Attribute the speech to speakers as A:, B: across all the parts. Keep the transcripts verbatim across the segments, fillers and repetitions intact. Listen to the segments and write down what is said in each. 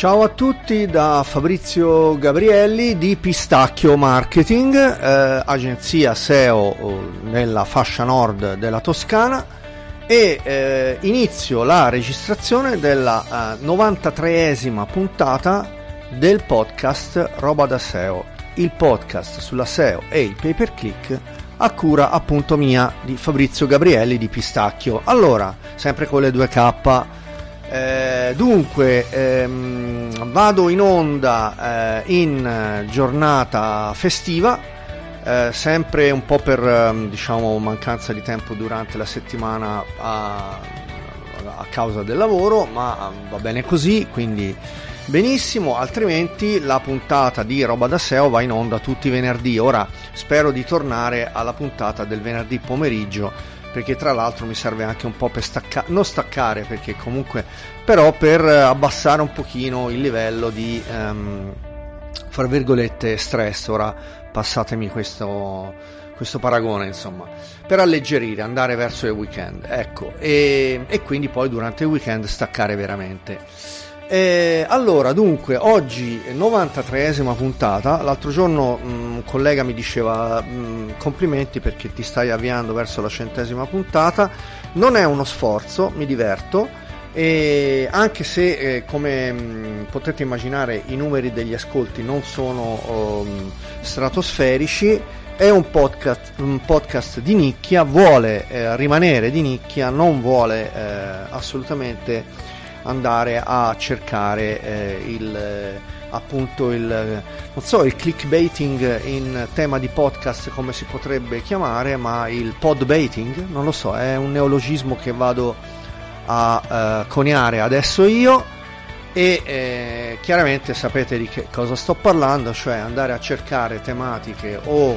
A: Ciao a tutti da Fabrizio Gabrielli di Pistacchio Marketing, eh, agenzia S E O nella fascia nord della Toscana, e eh, inizio la registrazione della eh, novantatreesima puntata del podcast Roba da S E O, il podcast sulla S E O e il pay per click a cura appunto mia di Fabrizio Gabrielli di Pistacchio. Allora, sempre con le due K. Eh, dunque ehm, vado in onda eh, in giornata festiva, eh, sempre un po' per eh, diciamo mancanza di tempo durante la settimana a, a causa del lavoro, ma va bene così, quindi benissimo. Altrimenti la puntata di Roba da S E O va in onda tutti i venerdì. Ora spero di tornare alla puntata del venerdì pomeriggio, perché tra l'altro mi serve anche un po' per staccare, non staccare perché comunque, però per abbassare un pochino il livello di um, fra virgolette stress. Ora passatemi questo, questo paragone, insomma, per alleggerire, andare verso il weekend, ecco, e, e quindi poi durante il weekend staccare veramente. E allora, dunque, oggi novantatreesima puntata. L'altro giorno mh, un collega mi diceva mh, complimenti perché ti stai avviando verso la centesima puntata. Non è uno sforzo, mi diverto, e anche se eh, come mh, potete immaginare i numeri degli ascolti non sono um, stratosferici, è un podcast, un podcast di nicchia, vuole eh, rimanere di nicchia, non vuole eh, assolutamente andare a cercare eh, il eh, appunto il non so il clickbaiting in tema di podcast, come si potrebbe chiamare, ma il podbaiting, non lo so, è un neologismo che vado a eh, coniare adesso io, e eh, chiaramente sapete di che cosa sto parlando, cioè andare a cercare tematiche o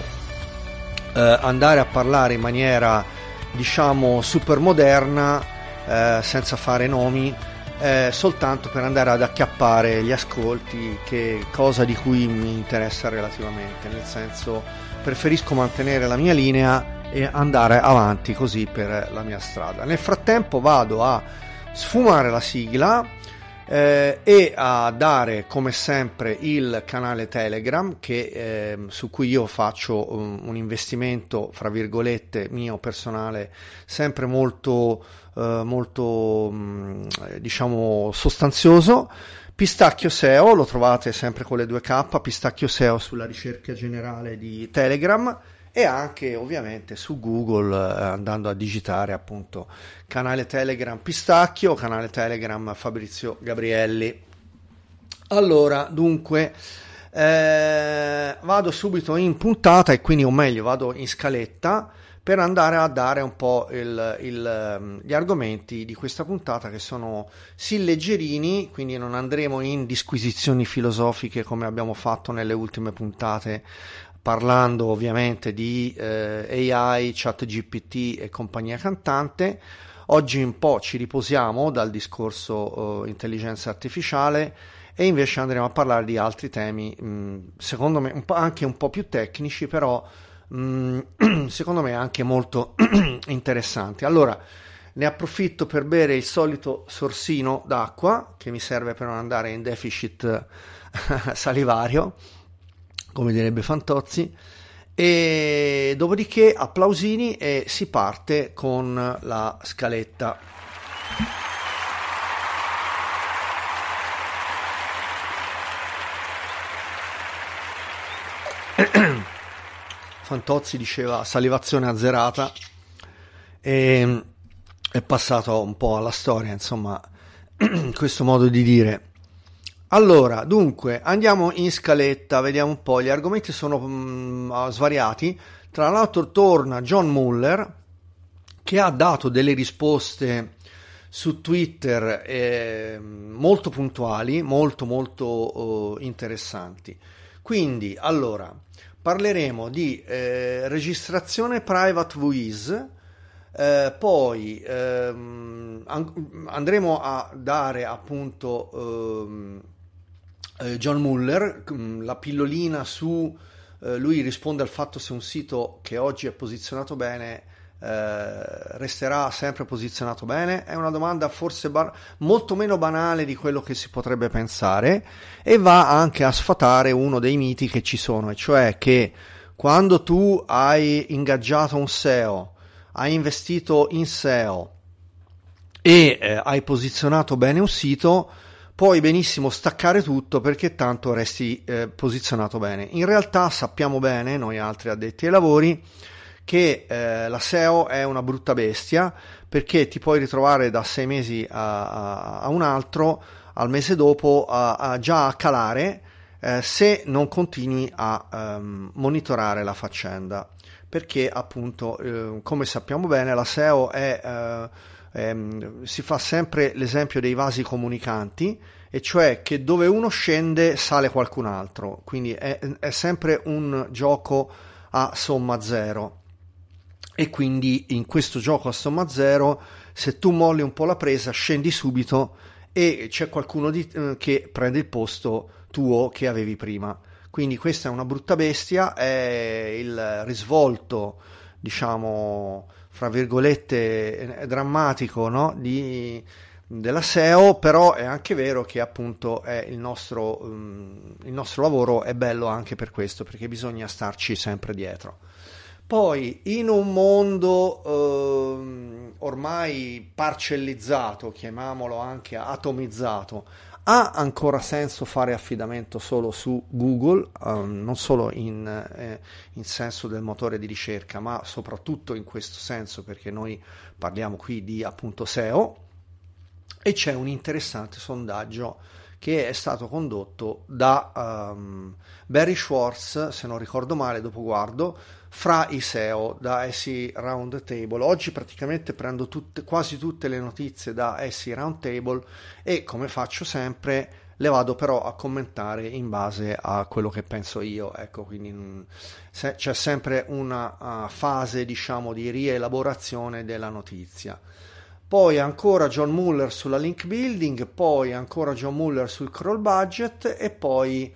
A: eh, andare a parlare in maniera diciamo super moderna, eh, senza fare nomi, Eh, soltanto per andare ad acchiappare gli ascolti, che cosa di cui mi interessa relativamente, nel senso preferisco mantenere la mia linea e andare avanti così per la mia strada. Nel frattempo vado a sfumare la sigla eh, e a dare come sempre il canale Telegram che, eh, su cui io faccio un, un investimento fra virgolette mio personale, sempre molto Uh, molto mh, diciamo sostanzioso. Pistacchio S E O lo trovate sempre con le due K, Pistacchio S E O sulla ricerca generale di Telegram, e anche ovviamente su Google eh, andando a digitare appunto canale Telegram Pistacchio, canale Telegram Fabrizio Gabrielli. Allora, dunque eh, vado subito in puntata, e quindi o meglio vado in scaletta per andare a dare un po' il, il, gli argomenti di questa puntata, che sono sì leggerini, quindi non andremo in disquisizioni filosofiche come abbiamo fatto nelle ultime puntate, parlando ovviamente di eh, A I, ChatGPT e compagnia cantante. Oggi un po' ci riposiamo dal discorso eh, intelligenza artificiale, e invece andremo a parlare di altri temi, mh, secondo me un po' anche un po' più tecnici, però secondo me anche molto interessanti. Allora ne approfitto per bere il solito sorsino d'acqua che mi serve per non andare in deficit salivario, come direbbe Fantozzi, e dopodiché applausini e si parte con la scaletta. Fantozzi diceva salivazione azzerata, e è passato un po' alla storia, insomma, questo modo di dire. Allora, dunque, andiamo in scaletta, vediamo un po', gli argomenti sono mh, svariati. Tra l'altro torna John Mueller, che ha dato delle risposte su Twitter eh, molto puntuali, molto molto eh, interessanti. Quindi, allora, parleremo di eh, registrazione private voice, eh, poi ehm, andremo a dare appunto ehm, eh, John Mueller, la pillolina su eh, lui risponde al fatto se un sito che oggi è posizionato bene eh, resterà sempre posizionato bene? È una domanda forse bar- molto meno banale di quello che si potrebbe pensare, e va anche a sfatare uno dei miti che ci sono, e cioè che quando tu hai ingaggiato un S E O, hai investito in S E O e eh, hai posizionato bene un sito, puoi benissimo staccare tutto perché tanto resti eh, posizionato bene. In realtà sappiamo bene, noi altri addetti ai lavori, che eh, la S E O è una brutta bestia, perché ti puoi ritrovare da sei mesi a, a, a un altro, al mese dopo, a, a già a calare, eh, se non continui a um, monitorare la faccenda, perché appunto eh, come sappiamo bene la S E O è, eh, ehm, si fa sempre l'esempio dei vasi comunicanti, e cioè che dove uno scende sale qualcun altro, quindi è, è sempre un gioco a somma zero, e quindi in questo gioco a somma zero, se tu molli un po' la presa, scendi subito e c'è qualcuno di, eh, che prende il posto tuo che avevi prima. Quindi questa è una brutta bestia, è il risvolto, diciamo, fra virgolette, drammatico, no? di, della S E O, però è anche vero che appunto è il nostro, um, il nostro lavoro è bello anche per questo, perché bisogna starci sempre dietro. Poi in un mondo eh, ormai parcellizzato, chiamiamolo anche atomizzato, ha ancora senso fare affidamento solo su Google, um, non solo in, eh, in senso del motore di ricerca, ma soprattutto in questo senso, perché noi parliamo qui di appunto S E O, e c'è un interessante sondaggio che è stato condotto da um, Barry Schwartz, se non ricordo male, dopo guardo, fra i S E O da S E O Roundtable. Oggi praticamente prendo tutte, quasi tutte le notizie da S E O Roundtable, e come faccio sempre le vado però a commentare in base a quello che penso io, ecco, quindi mh, se, c'è sempre una uh, fase, diciamo, di rielaborazione della notizia. Poi ancora John Mueller sulla link building, poi ancora John Mueller sul crawl budget, e poi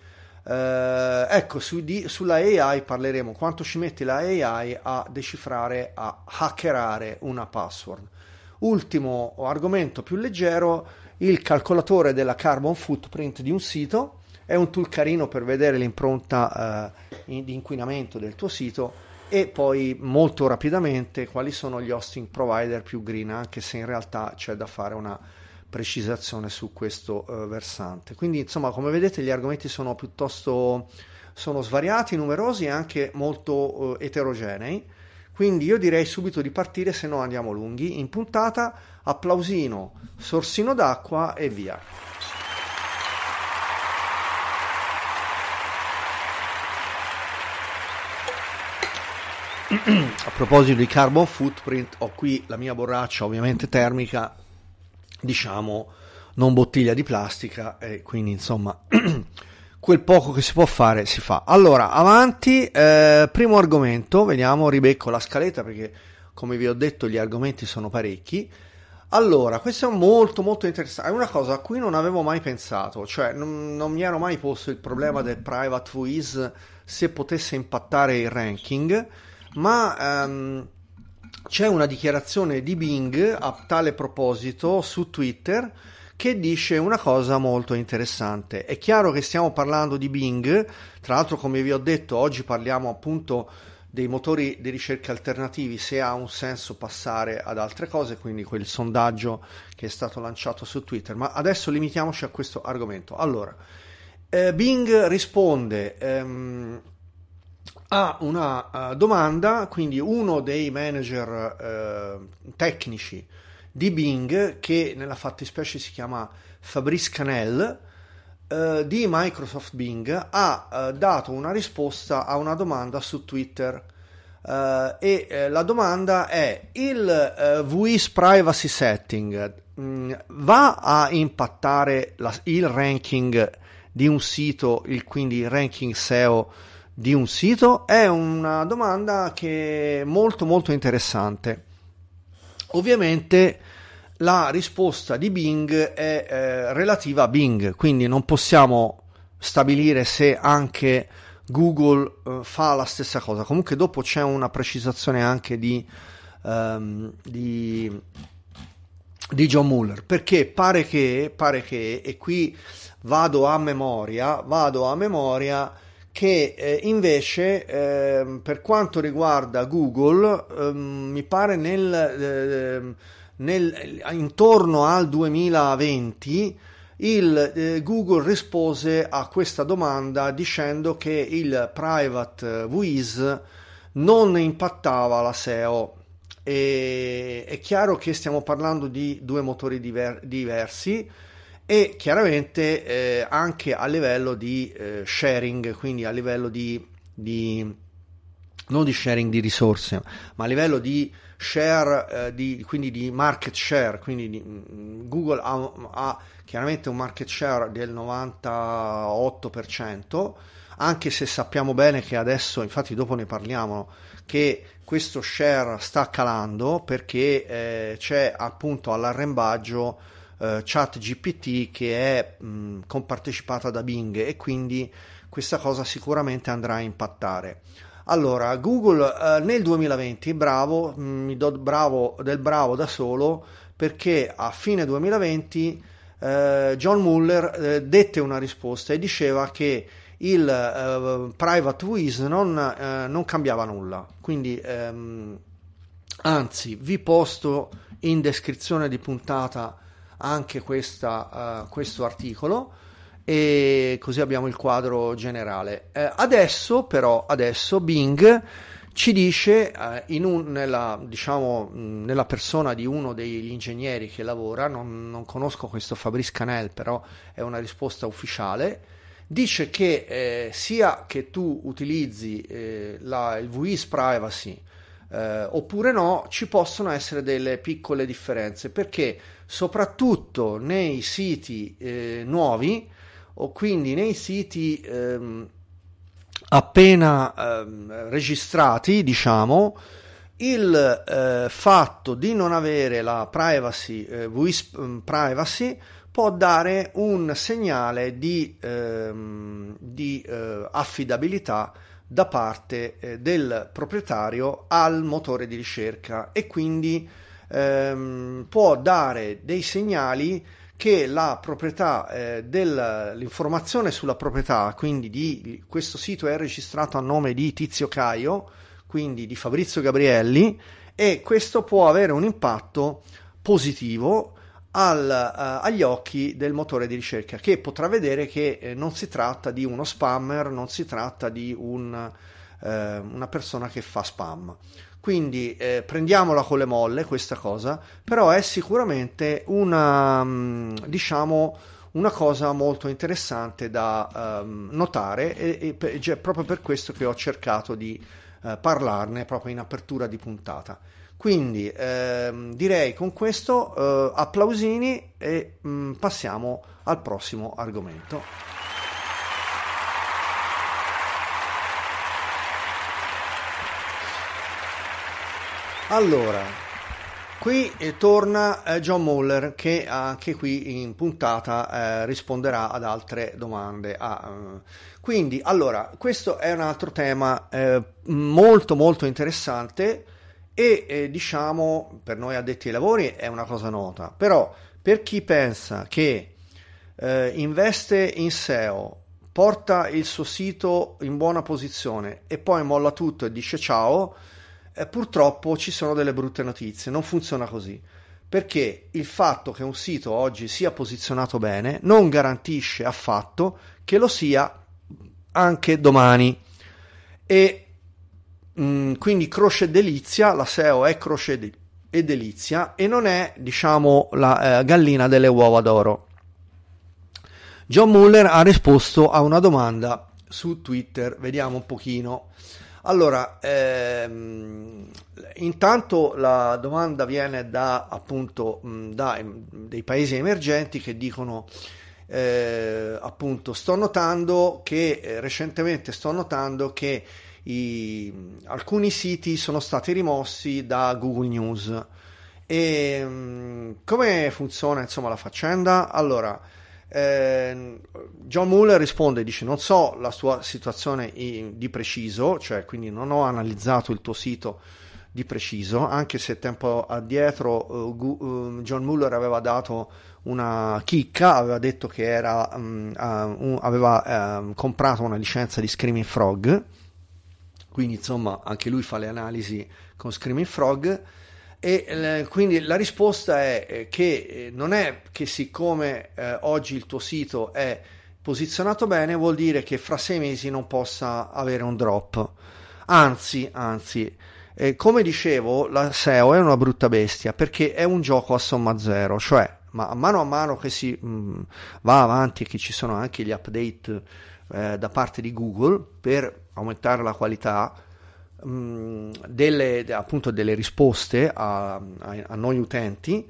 A: eh, ecco su di, sulla A I parleremo, quanto ci mette la A I a decifrare, a hackerare una password. Ultimo argomento più leggero, il calcolatore della carbon footprint di un sito. È un tool carino per vedere l'impronta eh, di inquinamento del tuo sito, e poi molto rapidamente quali sono gli hosting provider più green, anche se in realtà c'è da fare una precisazione su questo uh, versante. Quindi insomma, come vedete, gli argomenti sono piuttosto sono svariati, numerosi e anche molto uh, eterogenei, quindi io direi subito di partire, se no andiamo lunghi in puntata. Applausino, sorsino d'acqua e via. A proposito di carbon footprint, ho qui la mia borraccia, ovviamente termica, diciamo non bottiglia di plastica, e quindi insomma quel poco che si può fare si fa. Allora, avanti, eh, primo argomento, vediamo, ribecco la scaletta perché come vi ho detto gli argomenti sono parecchi. Allora, questo è molto molto interessante, è una cosa a cui non avevo mai pensato, cioè non, non mi ero mai posto il problema del private who is, se potesse impattare il ranking, ma um, c'è una dichiarazione di Bing a tale proposito su Twitter che dice una cosa molto interessante. È chiaro che stiamo parlando di Bing, tra l'altro come vi ho detto oggi parliamo appunto dei motori di ricerca alternativi, se ha un senso passare ad altre cose, quindi quel sondaggio che è stato lanciato su Twitter, ma adesso limitiamoci a questo argomento. Allora, eh, Bing risponde ehm, a una uh, domanda, quindi uno dei manager uh, tecnici di Bing, che nella fattispecie si chiama Fabrice Canel, uh, di Microsoft Bing, ha uh, dato una risposta a una domanda su Twitter, uh, e uh, la domanda è: il uh, Voice Privacy Setting mh, va a impattare la, il ranking di un sito, il, quindi il ranking S E O di un sito? È una domanda che è molto molto interessante. Ovviamente la risposta di Bing è eh, relativa a Bing, quindi non possiamo stabilire se anche Google eh, fa la stessa cosa. Comunque dopo c'è una precisazione anche di um, di, di John Mueller, perché pare che, pare che, e qui vado a memoria, vado a memoria, che eh, invece eh, per quanto riguarda Google, eh, mi pare nel, eh, nel, intorno al duemilaventi il, eh, Google rispose a questa domanda dicendo che il private V I S non impattava la S E O. E, è chiaro che stiamo parlando di due motori diver- diversi, e chiaramente eh, anche a livello di eh, sharing, quindi a livello di, di non di sharing di risorse, ma a livello di share, eh, di, quindi di market share, quindi di, Google ha, ha chiaramente un market share del novantotto per cento, anche se sappiamo bene che adesso, infatti dopo ne parliamo, che questo share sta calando perché eh, c'è appunto all'arrembaggio Uh, ChatGPT che è mh, compartecipata da Bing, e quindi questa cosa sicuramente andrà a impattare. Allora, Google uh, nel duemilaventi, bravo, mh, mi do bravo del bravo da solo, perché a fine duemilaventi uh, John Mueller uh, dette una risposta e diceva che il uh, private V I S non, uh, non cambiava nulla, quindi um, anzi vi posto in descrizione di puntata anche questa, uh, questo articolo, e così abbiamo il quadro generale. Eh, adesso però adesso Bing ci dice eh, in un, nella, diciamo, nella persona di uno degli ingegneri che lavora, non, non conosco questo Fabrice Canel, però è una risposta ufficiale, dice che eh, sia che tu utilizzi eh, la, il V I S privacy eh, oppure no, ci possono essere delle piccole differenze, perché soprattutto nei siti eh, nuovi, o quindi nei siti ehm, appena ehm, registrati, diciamo, il eh, fatto di non avere la privacy, eh, V I S privacy, può dare un segnale di, ehm, di eh, affidabilità da parte eh, del proprietario al motore di ricerca, e quindi ehm, può dare dei segnali che la proprietà eh, dell'informazione sulla proprietà, quindi di questo sito è registrato a nome di Tizio Caio, quindi di Fabrizio Gabrielli, e questo può avere un impatto positivo al, uh, agli occhi del motore di ricerca, che potrà vedere che eh, non si tratta di uno spammer, non si tratta di un, eh, una persona che fa spam. Quindi eh, prendiamola con le molle questa cosa, però è sicuramente una, diciamo, una cosa molto interessante da um, notare, e, e cioè, proprio per questo che ho cercato di uh, parlarne proprio in apertura di puntata. Quindi ehm, direi con questo eh, applausini, e mh, passiamo al prossimo argomento. Allora, qui eh, torna eh, John Mueller, che anche qui in puntata eh, risponderà ad altre domande. Ah, uh, quindi, allora, questo è un altro tema eh, molto molto interessante, e eh, diciamo per noi addetti ai lavori è una cosa nota, però per chi pensa che eh, investe in S E O, porta il suo sito in buona posizione e poi molla tutto e dice ciao, eh, purtroppo ci sono delle brutte notizie. Non funziona così, perché il fatto che un sito oggi sia posizionato bene non garantisce affatto che lo sia anche domani. E quindi croce e delizia, la S E O è croce e delizia, e non è, diciamo, la eh, gallina delle uova d'oro. John Mueller ha risposto a una domanda su Twitter, vediamo un pochino. Allora, ehm, intanto la domanda viene da appunto da dei paesi emergenti che dicono eh, appunto sto notando che eh, recentemente sto notando che I, alcuni siti sono stati rimossi da Google News. E um, come funziona insomma la faccenda? Allora, eh, John Mueller risponde, dice: non so la sua situazione di preciso, cioè quindi non ho analizzato il tuo sito di preciso, anche se tempo addietro uh, Gu- uh, John Mueller aveva dato una chicca, aveva detto che era um, uh, un, aveva um, comprato una licenza di Screaming Frog, quindi insomma anche lui fa le analisi con Screaming Frog, e eh, quindi la risposta è eh, che eh, non è che siccome eh, oggi il tuo sito è posizionato bene vuol dire che fra sei mesi non possa avere un drop, anzi anzi Eh, come dicevo, la S E O è una brutta bestia perché è un gioco a somma zero, cioè ma a mano a mano che si mh, va avanti e che ci sono anche gli update eh, da parte di Google per aumentare la qualità mh, delle, appunto delle risposte a, a, a noi utenti,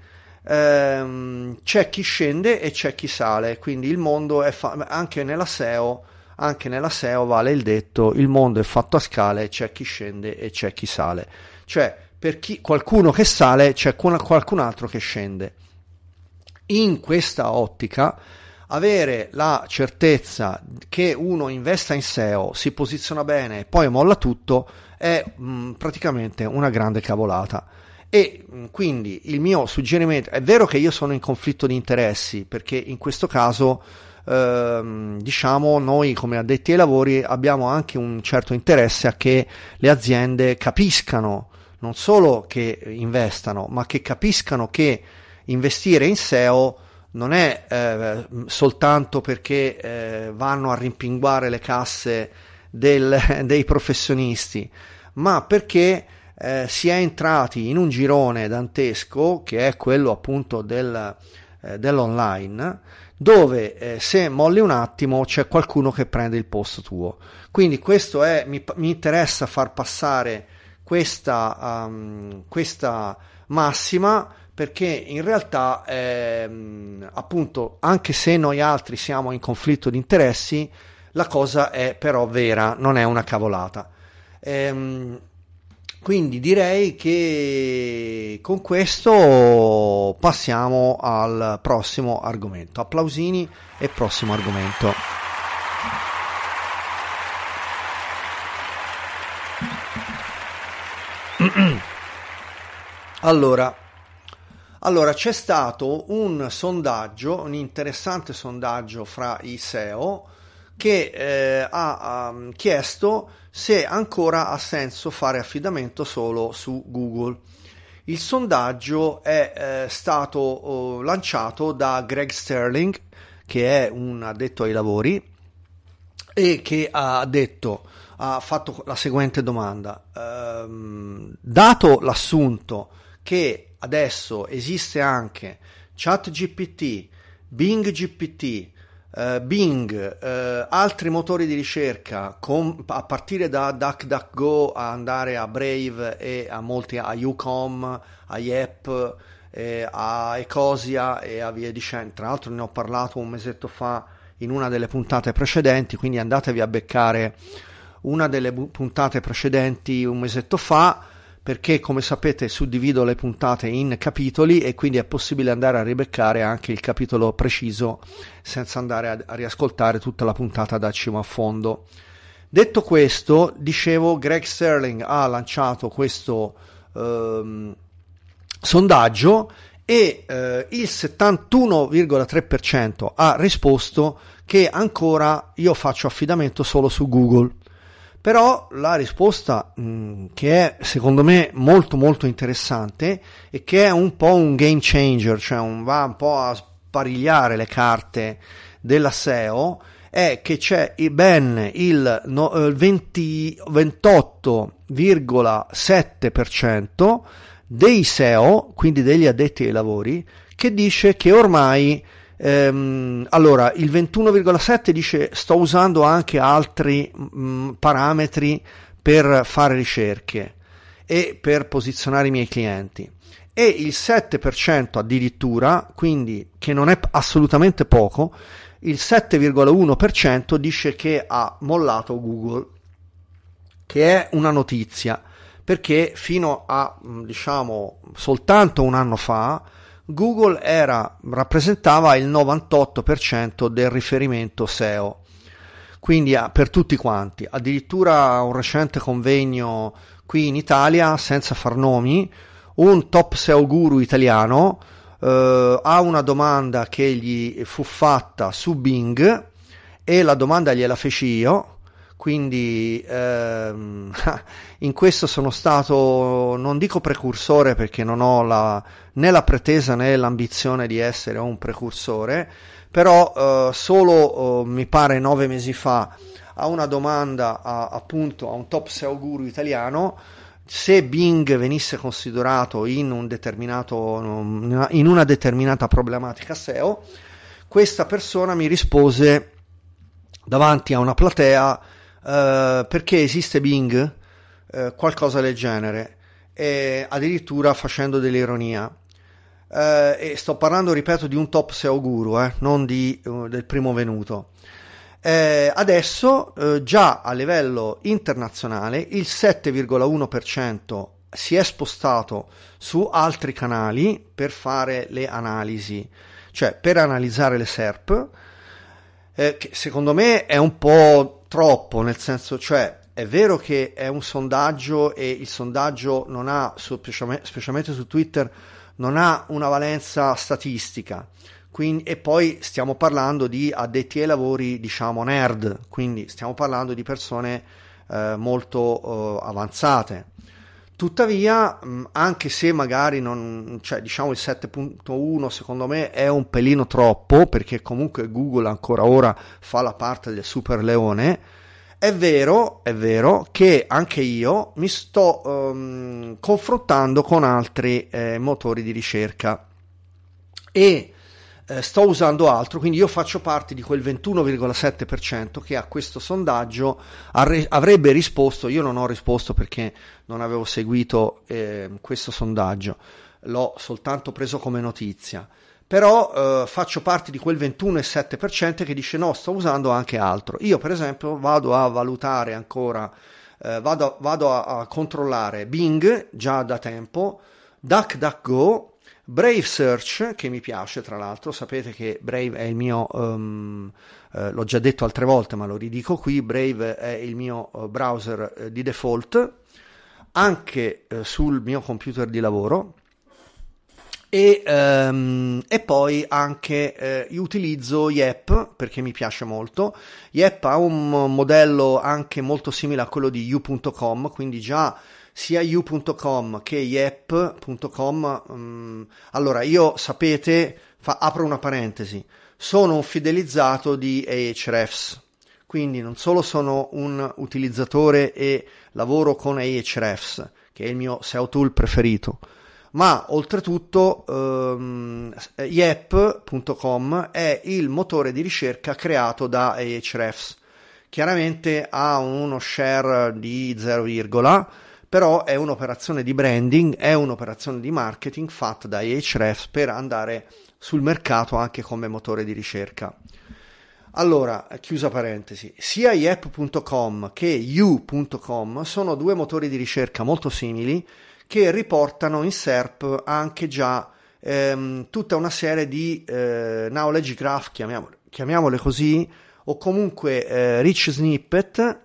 A: ehm, c'è chi scende e c'è chi sale, quindi il mondo è fa- anche nella S E O Anche nella S E O vale il detto: il mondo è fatto a scale, c'è chi scende e c'è chi sale. Cioè, per chi, qualcuno che sale, c'è qualcun altro che scende. In questa ottica, avere la certezza che uno investa in S E O, si posiziona bene e poi molla tutto, è mh, praticamente una grande cavolata. E mh, quindi il mio suggerimento, è vero che io sono in conflitto di interessi, perché in questo caso Uh, diciamo noi come addetti ai lavori abbiamo anche un certo interesse a che le aziende capiscano non solo che investano, ma che capiscano che investire in S E O non è eh, soltanto perché eh, vanno a rimpinguare le casse del, dei professionisti, ma perché eh, si è entrati in un girone dantesco che è quello appunto del, eh, dell'online, dove eh, se molli un attimo c'è qualcuno che prende il posto tuo. Quindi questo è, mi, mi interessa far passare questa, um, questa massima, perché in realtà ehm, appunto anche se noi altri siamo in conflitto di interessi, la cosa è però vera, non è una cavolata. Ehm, Quindi direi che con questo passiamo al prossimo argomento. Applausini e prossimo argomento. Allora, allora c'è stato un sondaggio, un interessante sondaggio fra i S E O che eh, ha, ha chiesto se ancora ha senso fare affidamento solo su Google. Il sondaggio è eh, stato oh, lanciato da Greg Sterling, che è un addetto ai lavori, e che ha detto, ha fatto la seguente domanda: ehm, dato l'assunto che adesso esiste anche ChatGPT, Bing G P T, Uh, Bing, uh, altri motori di ricerca con, a partire da DuckDuckGo a andare a Brave e a molti, a Ucom, a Yep, eh, a Ecosia e a via dicendo. Tra l'altro ne ho parlato un mesetto fa in una delle puntate precedenti, quindi andatevi a beccare una delle puntate precedenti un mesetto fa, perché come sapete suddivido le puntate in capitoli e quindi è possibile andare a ribeccare anche il capitolo preciso senza andare a, a riascoltare tutta la puntata da cima a fondo. Detto questo, dicevo, Greg Sterling ha lanciato questo ehm, sondaggio e eh, il settantuno virgola tre per cento ha risposto che ancora io faccio affidamento solo su Google. Però la risposta mh, che è secondo me molto molto interessante e che è un po' un game changer, cioè un, va un po' a sparigliare le carte della S E O, è che c'è ben il no, venti, ventotto virgola sette per cento dei S E O, quindi degli addetti ai lavori, che dice che ormai Ehm, allora il ventuno virgola sette dice sto usando anche altri mh, parametri per fare ricerche e per posizionare i miei clienti, e il sette per cento addirittura, quindi che non è assolutamente poco, il sette virgola uno per cento dice che ha mollato Google, che è una notizia, perché fino a diciamo soltanto un anno fa Google era, rappresentava il novantotto per cento del riferimento S E O, quindi per tutti quanti. Addirittura un recente convegno qui in Italia, senza far nomi, un top S E O guru italiano eh, ha una domanda che gli fu fatta su Bing e la domanda gliela feci io, quindi ehm, in questo sono stato, non dico precursore perché non ho la, né la pretesa né l'ambizione di essere un precursore, però eh, solo eh, mi pare nove mesi fa a una domanda a, appunto a un top S E O guru italiano se Bing venisse considerato in un determinato in una determinata problematica S E O, questa persona mi rispose davanti a una platea Uh, perché esiste Bing, uh, qualcosa del genere, e addirittura facendo dell'ironia. Uh, e sto parlando, ripeto, di un top S E O guru, eh, non di, uh, del primo venuto. Uh, adesso uh, già a livello internazionale il sette virgola uno per cento si è spostato su altri canali per fare le analisi, cioè per analizzare le S E R P, eh, che secondo me è un po' troppo, nel senso, cioè è vero che è un sondaggio e il sondaggio non ha, specialmente su Twitter, non ha una valenza statistica, quindi, e poi stiamo parlando di addetti ai lavori, diciamo nerd, quindi stiamo parlando di persone eh, molto eh, avanzate. Tuttavia, anche se magari non, cioè diciamo il sette virgola uno secondo me è un pelino troppo, perché comunque Google ancora ora fa la parte del super leone, è vero, è vero che anche io mi sto um, confrontando con altri eh, motori di ricerca e eh, sto usando altro, quindi io faccio parte di quel ventuno virgola sette per cento che a questo sondaggio arre- avrebbe risposto. Io non ho risposto perché non avevo seguito eh, questo sondaggio, l'ho soltanto preso come notizia, però eh, faccio parte di quel ventuno virgola sette per cento che dice no, sto usando anche altro. Io per esempio vado a valutare ancora, eh, vado, vado a, a controllare Bing già da tempo, DuckDuckGo, Brave Search, che mi piace tra l'altro, sapete che Brave è il mio, um, eh, l'ho già detto altre volte ma lo ridico qui, Brave è il mio uh, browser uh, di default, anche uh, sul mio computer di lavoro, e, um, e poi anche uh, utilizzo Yep perché mi piace molto. Yep ha un modello anche molto simile a quello di you punto com, quindi già sia you punto com che yep punto com. Um, allora io sapete, fa, apro una parentesi, sono un fidelizzato di Ahrefs, quindi non solo sono un utilizzatore e lavoro con Ahrefs, che è il mio S E O tool preferito, ma oltretutto um, yep punto com è il motore di ricerca creato da Ahrefs. Chiaramente ha uno share di zero, però è un'operazione di branding, è un'operazione di marketing fatta da Ahrefs per andare sul mercato anche come motore di ricerca. Allora, chiusa parentesi, sia yep punto com che you punto com sono due motori di ricerca molto simili che riportano in S E R P anche già ehm, tutta una serie di eh, knowledge graph, chiamiamole, chiamiamole così, o comunque eh, rich snippet,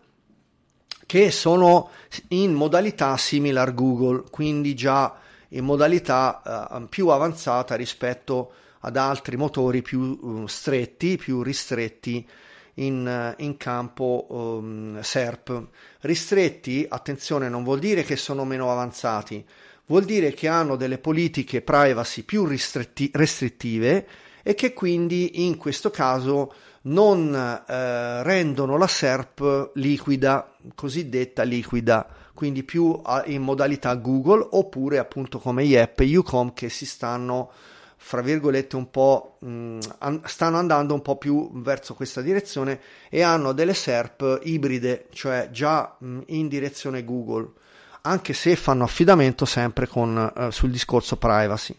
A: che sono in modalità similar Google, quindi già in modalità uh, più avanzata rispetto ad altri motori più uh, stretti, più ristretti in, uh, in campo um, S E R P. Ristretti, attenzione, non vuol dire che sono meno avanzati, vuol dire che hanno delle politiche privacy più ristretti- restrittive e che quindi in questo caso non eh, rendono la S E R P liquida, cosiddetta liquida, quindi più in modalità Google, oppure appunto come Yep e Ucom, che si stanno, fra virgolette, un po' mh, stanno andando un po' più verso questa direzione e hanno delle S E R P ibride, cioè già mh, in direzione Google, anche se fanno affidamento sempre con, eh, sul discorso privacy.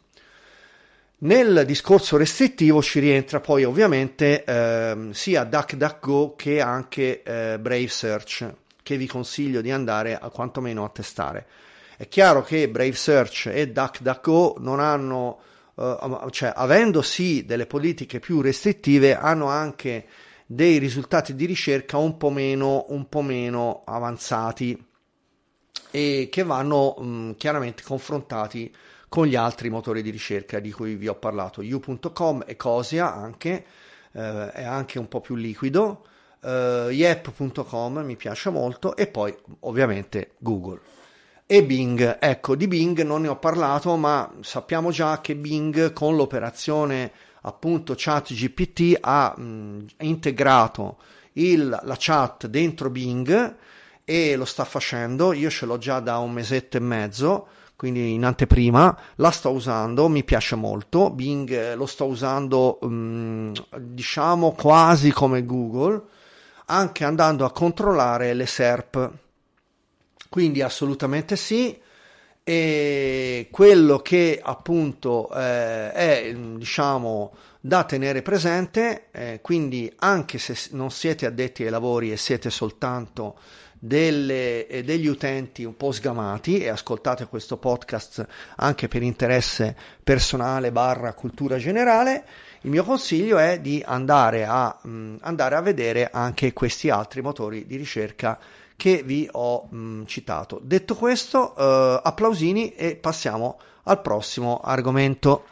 A: Nel discorso restrittivo ci rientra poi ovviamente eh, sia DuckDuckGo che anche eh, Brave Search, che vi consiglio di andare a quantomeno a testare. È chiaro che Brave Search e DuckDuckGo non hanno, eh, cioè avendo sì delle politiche più restrittive, hanno anche dei risultati di ricerca un po' meno, un po' meno avanzati e che vanno mh, chiaramente confrontati con gli altri motori di ricerca di cui vi ho parlato, you punto com, Ecosia anche, eh, è anche un po' più liquido, eh, yep punto com mi piace molto, e poi ovviamente Google. E Bing, ecco, di Bing non ne ho parlato, ma sappiamo già che Bing con l'operazione appunto ChatGPT ha mh, integrato il, la chat dentro Bing e lo sta facendo. Io ce l'ho già da un mesetto e mezzo, quindi in anteprima, la sto usando, mi piace molto. Bing eh, lo sto usando mh, diciamo quasi come Google, anche andando a controllare le S E R P. Quindi assolutamente sì. E quello che appunto eh, è diciamo da tenere presente, eh, quindi anche se non siete addetti ai lavori e siete soltanto delle, eh, degli utenti un po' sgamati e ascoltate questo podcast anche per interesse personale barra cultura generale, il mio consiglio è di andare a, mh, andare a vedere anche questi altri motori di ricerca che vi ho mh, citato. Detto questo, eh, applausini e passiamo al prossimo argomento.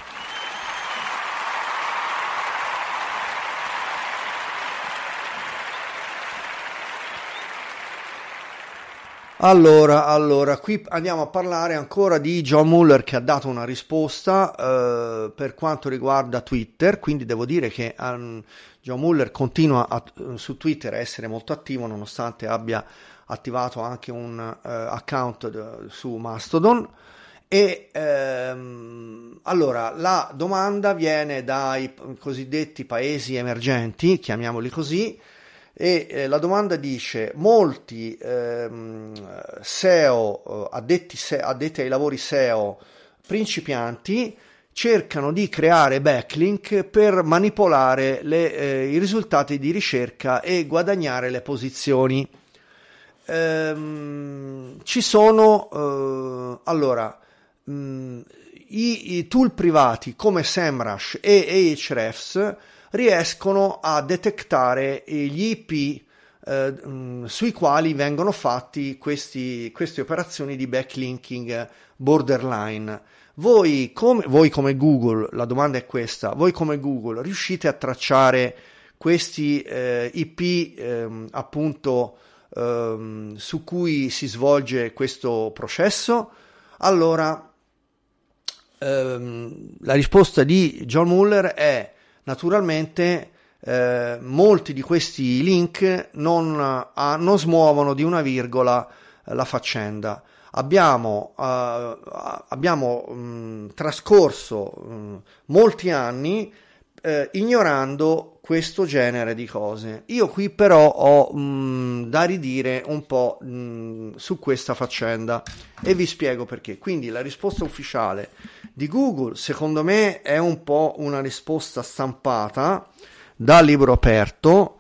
A: Allora, allora, qui andiamo a parlare ancora di John Mueller, che ha dato una risposta eh, per quanto riguarda Twitter, quindi devo dire che um, John Mueller continua a, su Twitter a essere molto attivo, nonostante abbia attivato anche un uh, account de, su Mastodon. E ehm, allora la domanda viene dai cosiddetti paesi emergenti, chiamiamoli così, e eh, la domanda dice: molti ehm, S E O addetti, addetti ai lavori S E O principianti cercano di creare backlink per manipolare le, eh, i risultati di ricerca e guadagnare le posizioni. Ehm, ci sono eh, allora mh, i, i tool privati come SEMrush e Ahrefs riescono a detectare gli I P eh, mh, sui quali vengono fatti questi, queste operazioni di backlinking borderline. Voi come, voi come Google, la domanda è questa, voi come Google riuscite a tracciare questi eh, I P ehm, appunto ehm, su cui si svolge questo processo? Allora ehm, la risposta di John Mueller è: naturalmente eh, molti di questi link non, ah, non smuovono di una virgola eh, la faccenda. Abbiamo, uh, abbiamo mh, trascorso mh, molti anni eh, ignorando questo genere di cose. Io qui però ho mh, da ridire un po' mh, su questa faccenda e vi spiego perché. Quindi la risposta ufficiale di Google secondo me è un po' una risposta stampata da libro aperto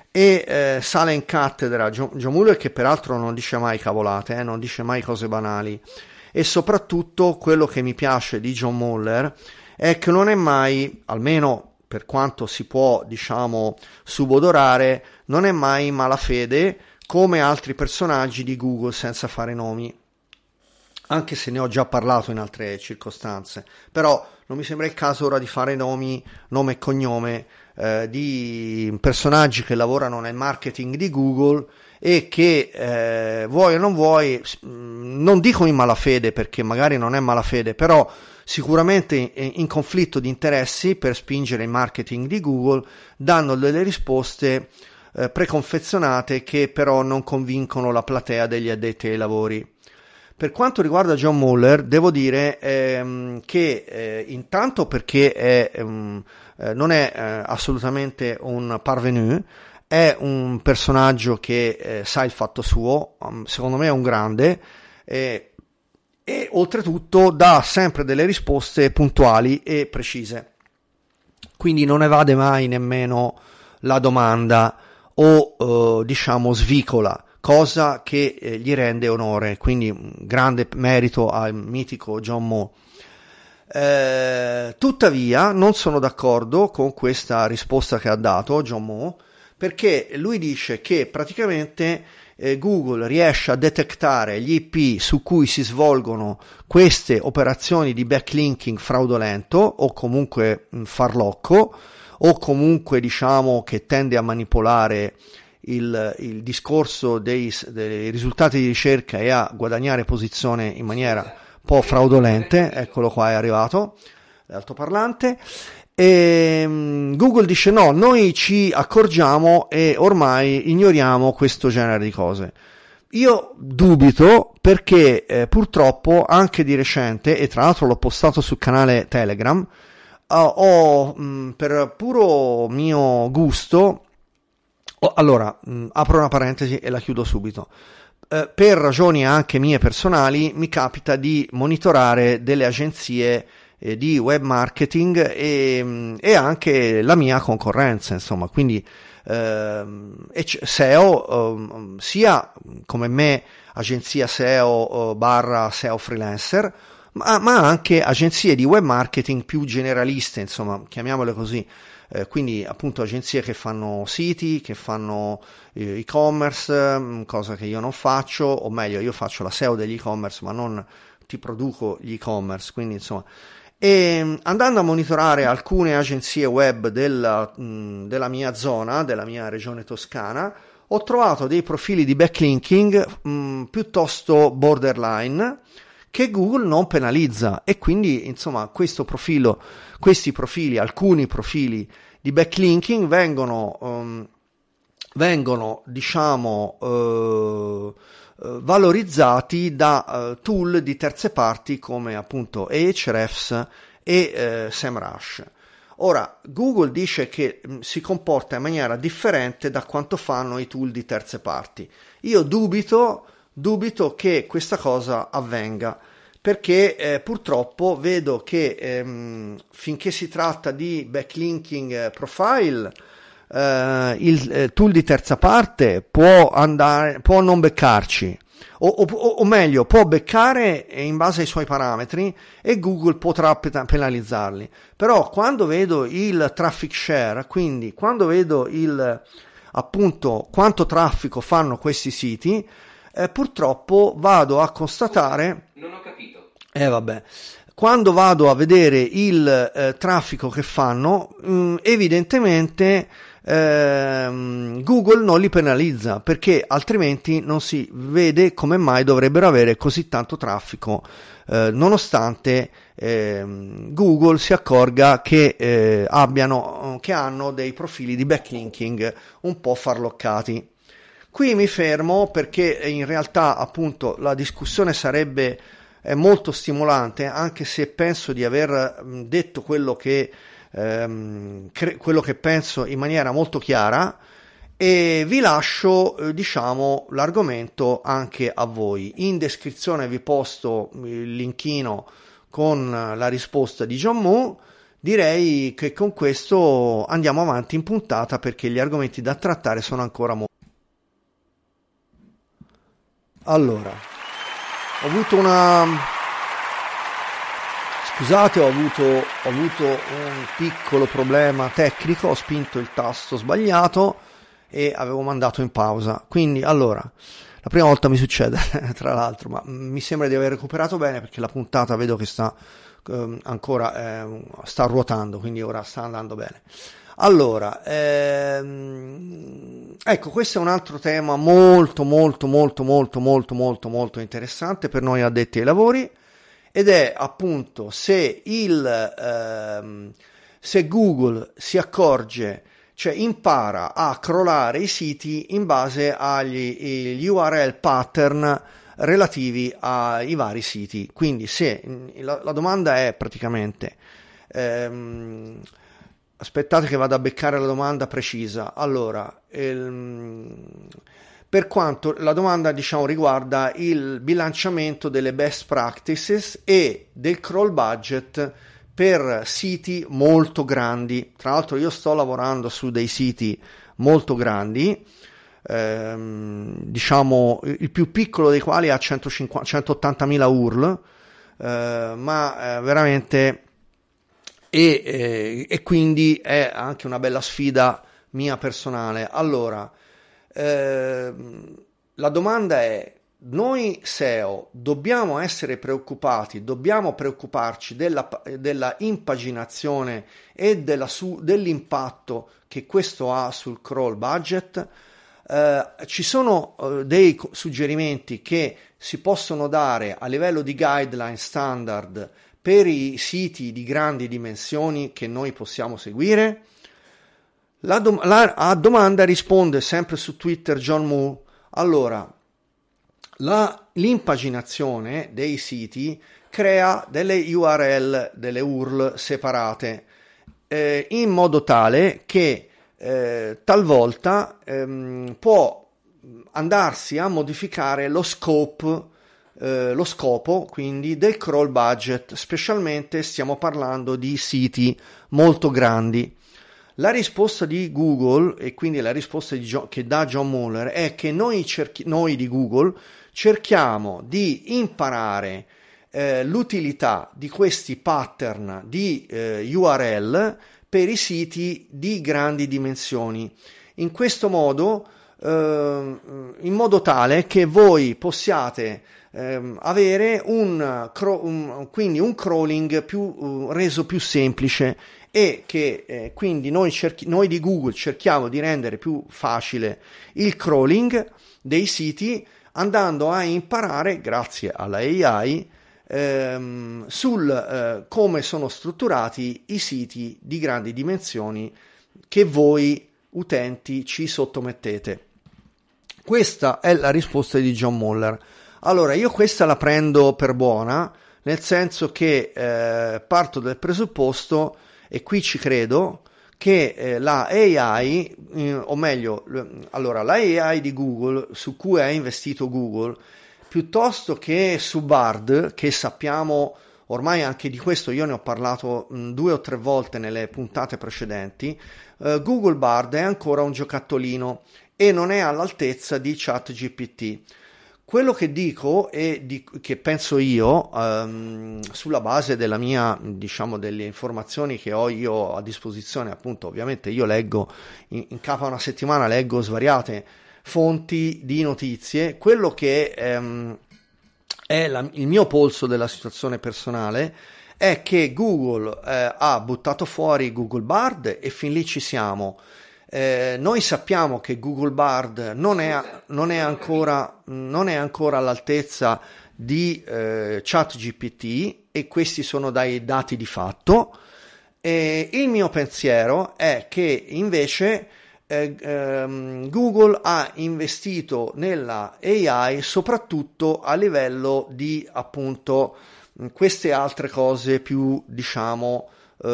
A: e eh, sale in cattedra John, John Mueller, che peraltro non dice mai cavolate, eh, non dice mai cose banali, e soprattutto quello che mi piace di John Mueller è che non è mai, almeno per quanto si può diciamo subodorare, non è mai in malafede come altri personaggi di Google, senza fare nomi, anche se ne ho già parlato in altre circostanze, però non mi sembra il caso ora di fare nomi, nome e cognome eh, di personaggi che lavorano nel marketing di Google e che eh, vuoi o non vuoi, non dico in malafede perché magari non è malafede, però sicuramente in conflitto di interessi per spingere il marketing di Google, danno delle risposte eh, preconfezionate che però non convincono la platea degli addetti ai lavori. Per quanto riguarda John Mueller, devo dire ehm, che eh, intanto perché è, ehm, eh, non è eh, assolutamente un parvenu, è un personaggio che eh, sa il fatto suo, um, secondo me è un grande, eh, e oltretutto dà sempre delle risposte puntuali e precise. Quindi non evade mai nemmeno la domanda o eh, diciamo svicola, cosa che eh, gli rende onore, quindi un grande merito al mitico John Moe. Eh, tuttavia non sono d'accordo con questa risposta che ha dato John Moe, perché lui dice che praticamente eh, Google riesce a detectare gli I P su cui si svolgono queste operazioni di backlinking fraudolento o comunque mh, farlocco, o comunque diciamo che tende a manipolare il, il discorso dei, dei risultati di ricerca e a guadagnare posizione in maniera un po' fraudolente. Eccolo qua, è arrivato l'altoparlante. E Google dice no, noi ci accorgiamo e ormai ignoriamo questo genere di cose. Io dubito, perché eh, purtroppo anche di recente, e tra l'altro l'ho postato sul canale Telegram, uh, ho mh, per puro mio gusto, oh, allora mh, apro una parentesi e la chiudo subito. Uh, per ragioni anche mie personali mi capita di monitorare delle agenzie di web marketing e, e anche la mia concorrenza, insomma, quindi ehm, S E O ehm, sia come me agenzia S E O eh, barra S E O freelancer, ma, ma anche agenzie di web marketing più generaliste, insomma, chiamiamole così, eh, quindi appunto agenzie che fanno siti, che fanno eh, e-commerce, cosa che io non faccio, o meglio io faccio la S E O degli e-commerce ma non ti produco gli e-commerce, quindi insomma. E andando a monitorare alcune agenzie web della, mh, della mia zona, della mia regione toscana, ho trovato dei profili di backlinking mh, piuttosto borderline che Google non penalizza, e quindi insomma questo profilo, questi profili, alcuni profili di backlinking vengono, um, vengono diciamo uh, valorizzati da uh, tool di terze parti come appunto Ahrefs e uh, SEMrush. Ora, Google dice che mh, si comporta in maniera differente da quanto fanno i tool di terze parti. Io dubito, dubito che questa cosa avvenga, perché eh, purtroppo vedo che ehm, finché si tratta di backlinking profile, Uh, il eh, tool di terza parte può andare, può non beccarci, o, o, o meglio, può beccare in base ai suoi parametri e Google potrà penalizzarli. Però quando vedo il traffic share, quindi quando vedo il appunto quanto traffico fanno questi siti, eh, purtroppo vado a constatare.
B: Non ho capito.
A: Eh vabbè. Quando vado a vedere il eh, traffico che fanno, mh, evidentemente ehm, Google non li penalizza, perché altrimenti non si vede come mai dovrebbero avere così tanto traffico, eh, nonostante ehm, Google si accorga che eh, abbiano, che hanno dei profili di backlinking un po' farloccati. Qui mi fermo, perché in realtà appunto la discussione sarebbe è molto stimolante, anche se penso di aver detto quello che, ehm, cre- quello che penso in maniera molto chiara, e vi lascio eh, diciamo l'argomento anche a voi. In descrizione vi posto il linkino con la risposta di John Moo. Direi che con questo andiamo avanti in puntata, perché gli argomenti da trattare sono ancora molti. Allora, ho avuto una scusate ho avuto ho avuto un piccolo problema tecnico, ho spinto il tasto sbagliato e avevo mandato in pausa, quindi allora la prima volta mi succede tra l'altro, ma mi sembra di aver recuperato bene, perché la puntata vedo che sta eh, ancora eh, sta ruotando, quindi ora sta andando bene. Allora, ehm, ecco, questo è un altro tema molto molto molto molto molto molto molto interessante per noi addetti ai lavori, ed è appunto se il ehm, se Google si accorge, cioè impara a crawlare i siti in base agli gli U R L pattern relativi ai vari siti. Quindi se la, la domanda è praticamente ehm, aspettate che vado a beccare la domanda precisa. Allora, il, per quanto la domanda diciamo riguarda il bilanciamento delle best practices e del crawl budget per siti molto grandi. Tra l'altro io sto lavorando su dei siti molto grandi, ehm, diciamo il più piccolo dei quali ha centocinquanta centottantamila U R L, eh, ma eh, veramente E, eh, e quindi è anche una bella sfida mia personale. Allora, eh, la domanda è: noi S E O dobbiamo essere preoccupati, dobbiamo preoccuparci della, della impaginazione e della su, dell'impatto che questo ha sul crawl budget? Eh, ci sono eh, dei suggerimenti che si possono dare a livello di guideline standard per i siti di grandi dimensioni che noi possiamo seguire? La, dom- la a domanda risponde sempre su Twitter John Moore. Allora, la, l'impaginazione dei siti crea delle U R L, delle U R L separate, eh, in modo tale che eh, talvolta ehm, può andarsi a modificare lo scope, eh, lo scopo quindi del crawl budget, specialmente stiamo parlando di siti molto grandi. La risposta di Google, e quindi la risposta di John, che dà John Mueller, è che noi, cerchi, noi di Google cerchiamo di imparare eh, l'utilità di questi pattern di eh, U R L per i siti di grandi dimensioni. In questo modo, eh, in modo tale che voi possiate eh, avere un, un, quindi un crawling più, uh, reso più semplice, e che eh, quindi noi, cerchi, noi di Google cerchiamo di rendere più facile il crawling dei siti, andando a imparare, grazie alla A I, ehm, sul eh, come sono strutturati i siti di grandi dimensioni che voi utenti ci sottomettete. Questa è la risposta di John Mueller. Allora, io questa la prendo per buona, nel senso che eh, parto del presupposto, e qui ci credo, che eh, la A I, eh, o meglio, allora la A I di Google, su cui ha investito Google, piuttosto che su Bard, che sappiamo ormai anche di questo, io ne ho parlato mh, due o tre volte nelle puntate precedenti, eh, Google Bard è ancora un giocattolino e non è all'altezza di ChatGPT. Quello che dico e di, che penso io, um, sulla base della mia, diciamo, delle informazioni che ho io a disposizione, appunto, ovviamente io leggo, in, in capo a una settimana leggo svariate fonti di notizie, quello che um, è la, il mio polso della situazione personale è che Google eh, ha buttato fuori Google Bard e fin lì ci siamo. Eh, noi sappiamo che Google Bard non è, non è, ancora, non è ancora all'altezza di eh, ChatGPT, e questi sono dai dati di fatto. E il mio pensiero è che invece eh, ehm, Google ha investito nella A I soprattutto a livello di, appunto, queste altre cose più, diciamo,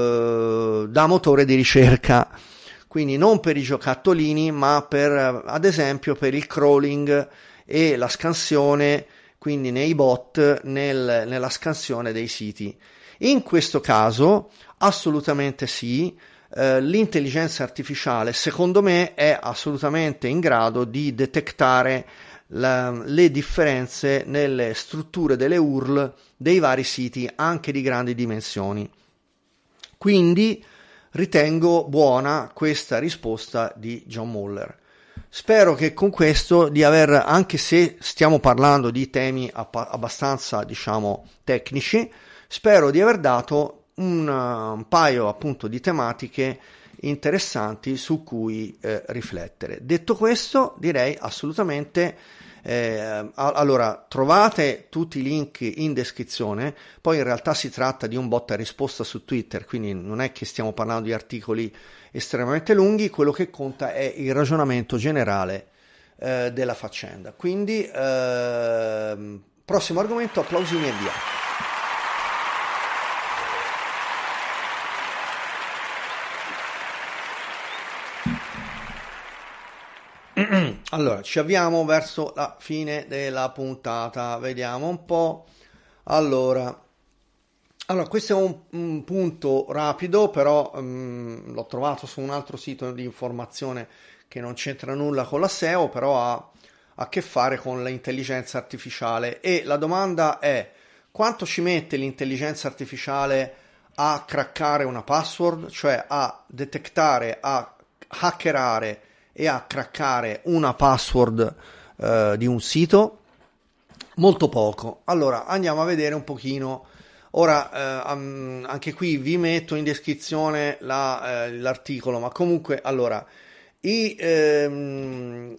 A: eh, da motore di ricerca. Quindi non per i giocattolini, ma per, ad esempio, per il crawling e la scansione, quindi nei bot, nel, nella scansione dei siti. In questo caso, assolutamente sì, eh, l'intelligenza artificiale, secondo me, è assolutamente in grado di detectare la, le differenze nelle strutture delle U R L dei vari siti, anche di grandi dimensioni. Quindi ritengo buona questa risposta di John Mueller. Spero che con questo di aver, anche se stiamo parlando di temi abbastanza, diciamo, tecnici, spero di aver dato un, un paio, appunto, di tematiche interessanti su cui eh, riflettere. Detto questo, direi assolutamente Eh, allora, trovate tutti i link in descrizione. Poi in realtà si tratta di un botta e risposta su Twitter, quindi non è che stiamo parlando di articoli estremamente lunghi, quello che conta è il ragionamento generale eh, della faccenda. Quindi eh, prossimo argomento, applausini e via. Allora, ci avviamo verso la fine della puntata, vediamo un po'. Allora, allora questo è un, un punto rapido, però um, l'ho trovato su un altro sito di informazione che non c'entra nulla con la S E O, però ha a che fare con l'intelligenza artificiale, e la domanda è: quanto ci mette l'intelligenza artificiale a craccare una password, cioè a detectare, a hackerare e a craccare una password eh, di un sito? Molto poco. Allora andiamo a vedere un pochino. Ora eh, um, anche qui vi metto in descrizione la, eh, l'articolo, ma comunque allora i, ehm,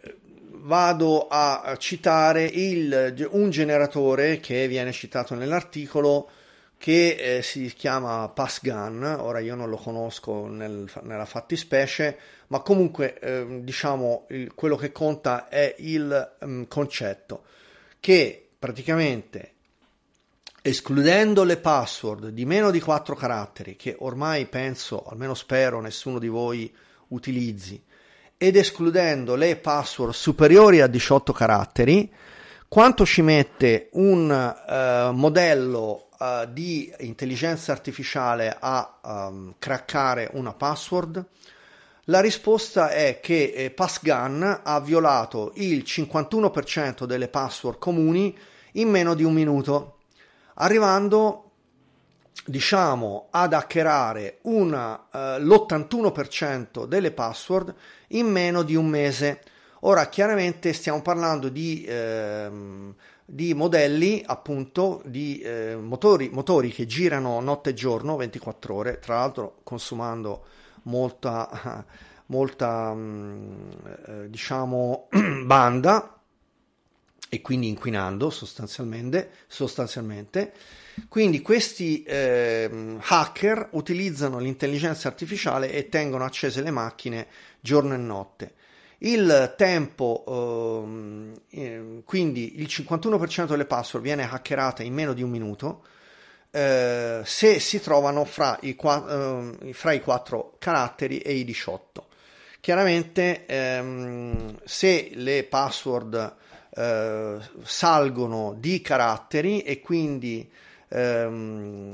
A: vado a citare il, un generatore che viene citato nell'articolo, che eh, si chiama PassGun. Ora io non lo conosco nel, nella fattispecie, ma comunque eh, diciamo il, quello che conta è il um, concetto, che praticamente, escludendo le password di meno di quattro caratteri, che ormai penso, almeno spero, nessuno di voi utilizzi, ed escludendo le password superiori a diciotto caratteri, quanto ci mette un uh, modello uh, di intelligenza artificiale a um, craccare una password? La risposta è che eh, PassGun ha violato il cinquantuno per cento delle password comuni in meno di un minuto, arrivando, diciamo, ad hackerare una, uh, l'ottantuno per cento delle password in meno di un mese. Ora, chiaramente stiamo parlando di, ehm, di modelli, appunto, di eh, motori, motori che girano notte e giorno, ventiquattro ore, tra l'altro consumando molta, molta eh, diciamo, banda, e quindi inquinando sostanzialmente. sostanzialmente. Quindi questi eh, hacker utilizzano l'intelligenza artificiale e tengono accese le macchine giorno e notte. Il tempo, eh, quindi il cinquantuno per cento delle password viene hackerata in meno di un minuto, eh, se si trovano fra i, eh, fra i quattro caratteri e i diciotto. Chiaramente ehm, se le password eh, salgono di caratteri, e quindi ehm,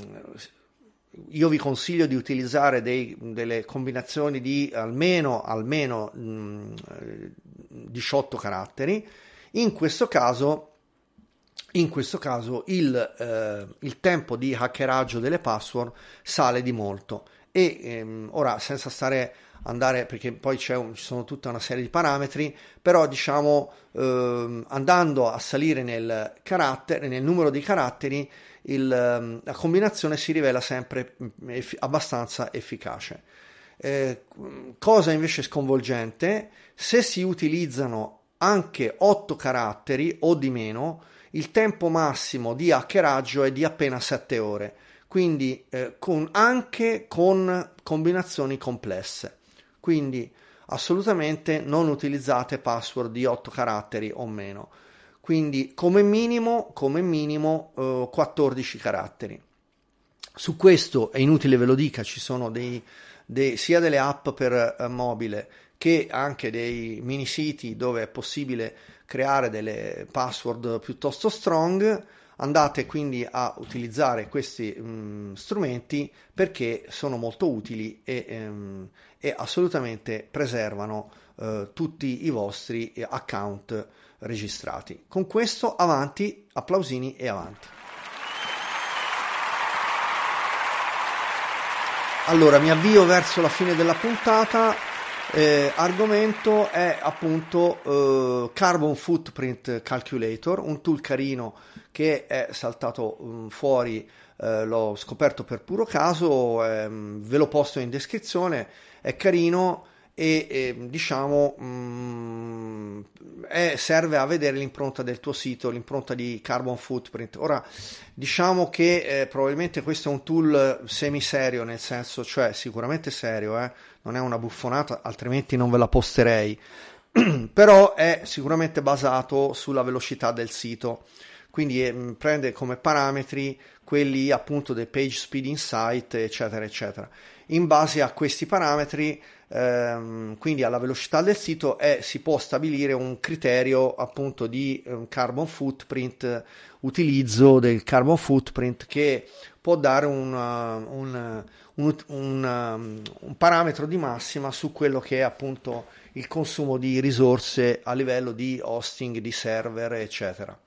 A: io vi consiglio di utilizzare dei, delle combinazioni di almeno, almeno mh, diciotto caratteri. In questo caso, in questo caso il, eh, il tempo di hackeraggio delle password sale di molto. E ehm, ora, senza stare andare, perché poi c'è un, ci sono tutta una serie di parametri, però diciamo ehm, andando a salire nel carattere, nel numero di caratteri, il, la combinazione si rivela sempre eff- abbastanza efficace. Eh, cosa invece sconvolgente, se si utilizzano anche otto caratteri o di meno, il tempo massimo di hackeraggio è di appena sette ore, quindi eh, con, anche con combinazioni complesse. Quindi assolutamente non utilizzate password di otto caratteri o meno. Quindi come minimo, come minimo eh, quattordici caratteri. Su questo è inutile ve lo dica, ci sono dei, dei, sia delle app per eh, mobile che anche dei mini siti dove è possibile creare delle password piuttosto strong. Andate quindi a utilizzare questi mh, strumenti, perché sono molto utili e, ehm, e assolutamente preservano eh, tutti i vostri account registrati. Con questo avanti, applausini e avanti. Allora mi avvio verso la fine della puntata. Eh, argomento è appunto eh, Carbon Footprint Calculator, un tool carino che è saltato um, fuori, eh, l'ho scoperto per puro caso, ehm, ve lo posto in descrizione, è carino e, e diciamo um, è, serve a vedere l'impronta del tuo sito, l'impronta di Carbon Footprint. Ora diciamo che eh, probabilmente questo è un tool semi-serio, nel senso, cioè sicuramente serio, eh? Non è una buffonata, altrimenti non ve la posterei, però è sicuramente basato sulla velocità del sito, quindi eh, prende come parametri quelli appunto del page speed insight, eccetera eccetera. In base a questi parametri, ehm, quindi alla velocità del sito, è, si può stabilire un criterio appunto di eh, carbon footprint, utilizzo del carbon footprint, che può dare un, uh, un, un, un, um, un parametro di massima su quello che è appunto il consumo di risorse a livello di hosting, di server, eccetera.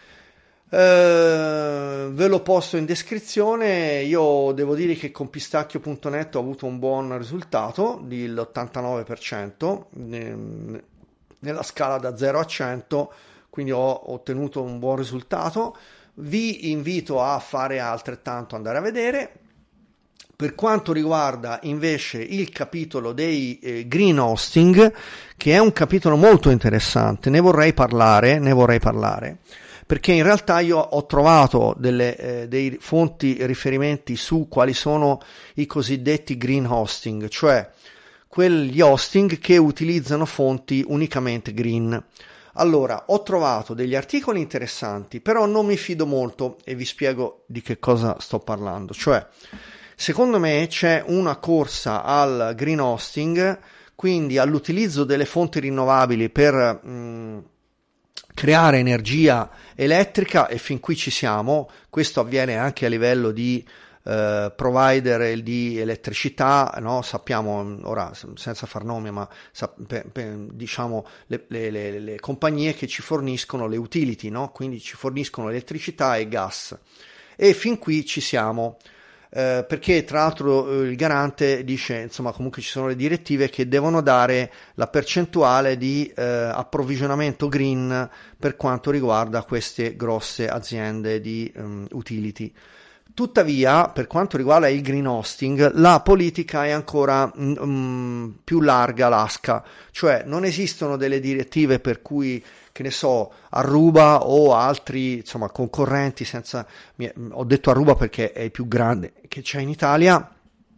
A: Uh, ve lo posto in descrizione. Io devo dire che con pistacchio punto net ho avuto un buon risultato dell'ottantanove per cento. nella scala da zero a cento, quindi ho ottenuto un buon risultato. Vi invito a fare altrettanto, andare a vedere. Per quanto riguarda invece il capitolo dei eh, green hosting, che è un capitolo molto interessante, ne vorrei parlare, ne vorrei parlare, perché in realtà io ho trovato delle, eh, dei fonti riferimenti su quali sono i cosiddetti green hosting, cioè quegli hosting che utilizzano fonti unicamente green. Allora, ho trovato degli articoli interessanti, però non mi fido molto e vi spiego di che cosa sto parlando. Cioè, secondo me c'è una corsa al green hosting, quindi all'utilizzo delle fonti rinnovabili per mh, creare energia elettrica, e fin qui ci siamo. Questo avviene anche a livello di Uh, provider di elettricità, no? Sappiamo ora, senza far nomi, ma sap- pe- pe- diciamo le, le, le, le compagnie che ci forniscono le utility, no? Quindi ci forniscono elettricità e gas, e fin qui ci siamo. Uh, perché tra l'altro uh, il garante dice, insomma, comunque ci sono le direttive che devono dare la percentuale di uh, approvvigionamento green per quanto riguarda queste grosse aziende di um, utility. Tuttavia, per quanto riguarda il green hosting, la politica è ancora mm, più larga lasca, cioè non esistono delle direttive per cui, che ne so, Aruba o altri, insomma, concorrenti, senza, ho detto Aruba perché è il più grande che c'è in Italia,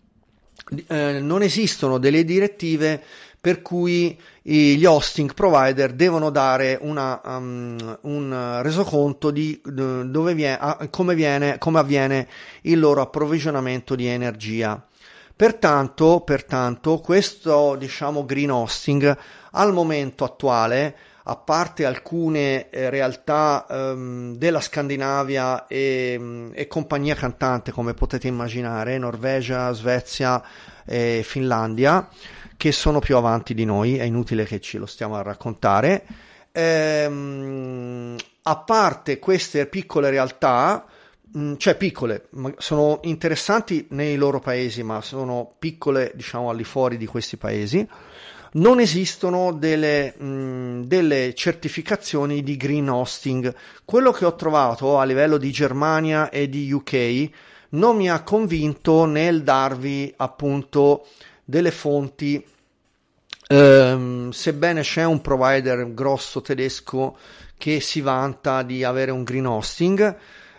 A: eh, non esistono delle direttive per cui gli hosting provider devono dare una, um, un resoconto di dove viene, come, viene, come avviene il loro approvvigionamento di energia. Pertanto, pertanto questo, diciamo, green hosting al momento attuale, a parte alcune eh, realtà um, della Scandinavia e, um, e compagnia cantante, come potete immaginare, Norvegia, Svezia e Finlandia, che sono più avanti di noi, è inutile che ce lo stiamo a raccontare. Ehm, a parte queste piccole realtà, mh, cioè piccole, sono interessanti nei loro paesi, ma sono piccole, diciamo, al di fuori di questi paesi, non esistono delle, mh, delle certificazioni di green hosting. Quello che ho trovato a livello di Germania e di U K non mi ha convinto nel darvi appunto delle fonti, ehm, sebbene c'è un provider grosso tedesco che si vanta di avere un green hosting,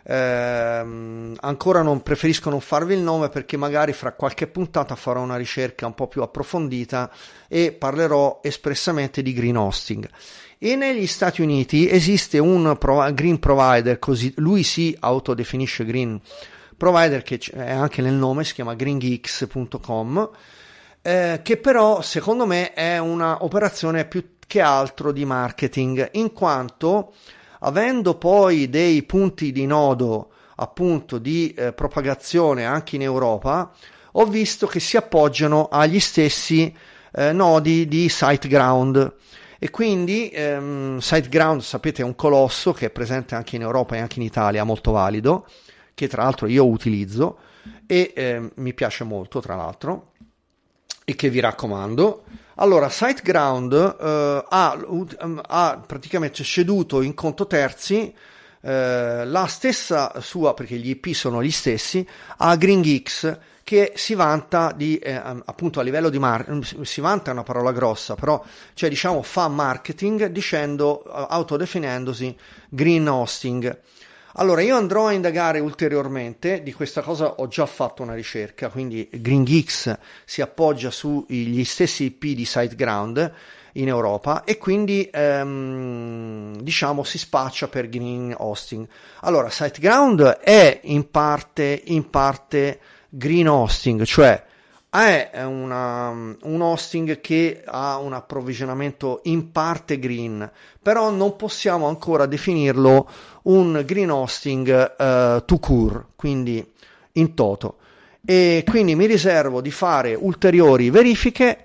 A: ehm, ancora non preferisco non farvi il nome, perché magari fra qualche puntata farò una ricerca un po' più approfondita e parlerò espressamente di green hosting. E negli Stati Uniti esiste un prov- green provider, così lui si autodefinisce green provider, che è anche nel nome, si chiama green geeks punto com, Eh, che però secondo me è una operazione più che altro di marketing, in quanto avendo poi dei punti di nodo appunto di eh, propagazione anche in Europa, ho visto che si appoggiano agli stessi eh, nodi di SiteGround, e quindi ehm, SiteGround, sapete, è un colosso che è presente anche in Europa e anche in Italia, molto valido, che tra l'altro io utilizzo e eh, mi piace molto, tra l'altro, e che vi raccomando. Allora, SiteGround eh, ha, ha praticamente ceduto in conto terzi eh, la stessa sua, perché gli I P sono gli stessi, a GreenGeeks, che si vanta di, eh, appunto a livello di marketing, si vanta è una parola grossa, però, cioè, diciamo, fa marketing dicendo, autodefinendosi green hosting. Allora, io andrò a indagare ulteriormente, di questa cosa ho già fatto una ricerca, quindi GreenGeeks si appoggia sugli stessi I P di SiteGround in Europa e quindi ehm, diciamo si spaccia per green hosting. Allora, SiteGround è in parte, in parte green hosting, cioè è una, un hosting che ha un approvvigionamento in parte green, però non possiamo ancora definirlo un green hosting uh, tout court, quindi in toto, e quindi mi riservo di fare ulteriori verifiche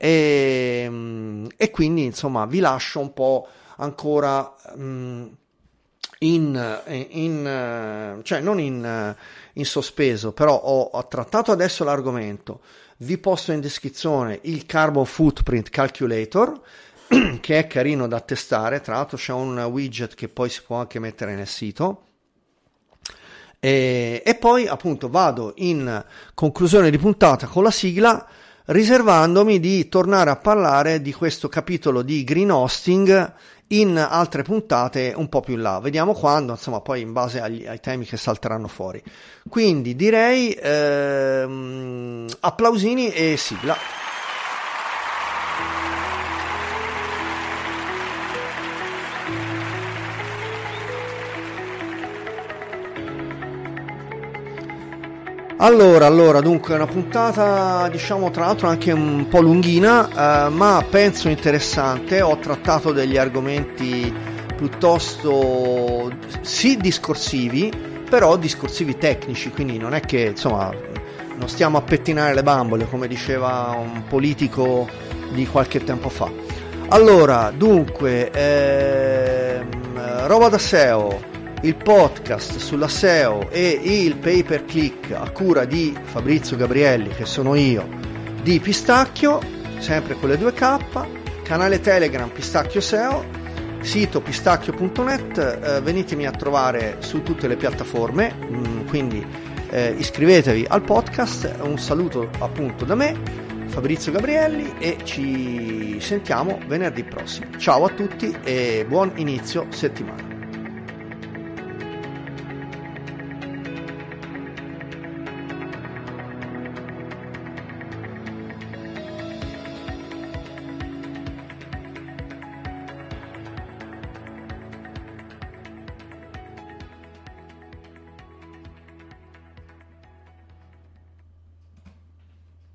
A: e, e quindi insomma vi lascio un po' ancora um, in, in cioè non in, in sospeso, però ho, ho trattato adesso l'argomento. Vi posto in descrizione il Carbon Footprint Calculator che è carino da testare. Tra l'altro c'è un widget che poi si può anche mettere nel sito. E, e poi appunto vado in conclusione di puntata con la sigla, riservandomi di tornare a parlare di questo capitolo di green hosting in altre puntate un po' più in là. Vediamo quando, insomma, poi in base agli, ai temi che salteranno fuori. Quindi direi ehm, applausini e sigla. Allora, allora, dunque è una puntata, diciamo, tra l'altro anche un po' lunghina, eh, ma penso interessante. Ho trattato degli argomenti piuttosto, sì, discorsivi, però discorsivi tecnici, quindi non è che, insomma, non stiamo a pettinare le bambole, come diceva un politico di qualche tempo fa. Allora, dunque, ehm, roba da S E O, il podcast sulla S E O e il pay per click a cura di Fabrizio Gabrielli, che sono io, di Pistacchio, sempre con le due K, canale Telegram Pistacchio S E O, sito pistacchio punto net, eh, venitemi a trovare su tutte le piattaforme, mh, quindi eh, iscrivetevi al podcast. Un saluto appunto da me, Fabrizio Gabrielli, e ci sentiamo venerdì prossimo. Ciao a tutti e buon inizio settimana.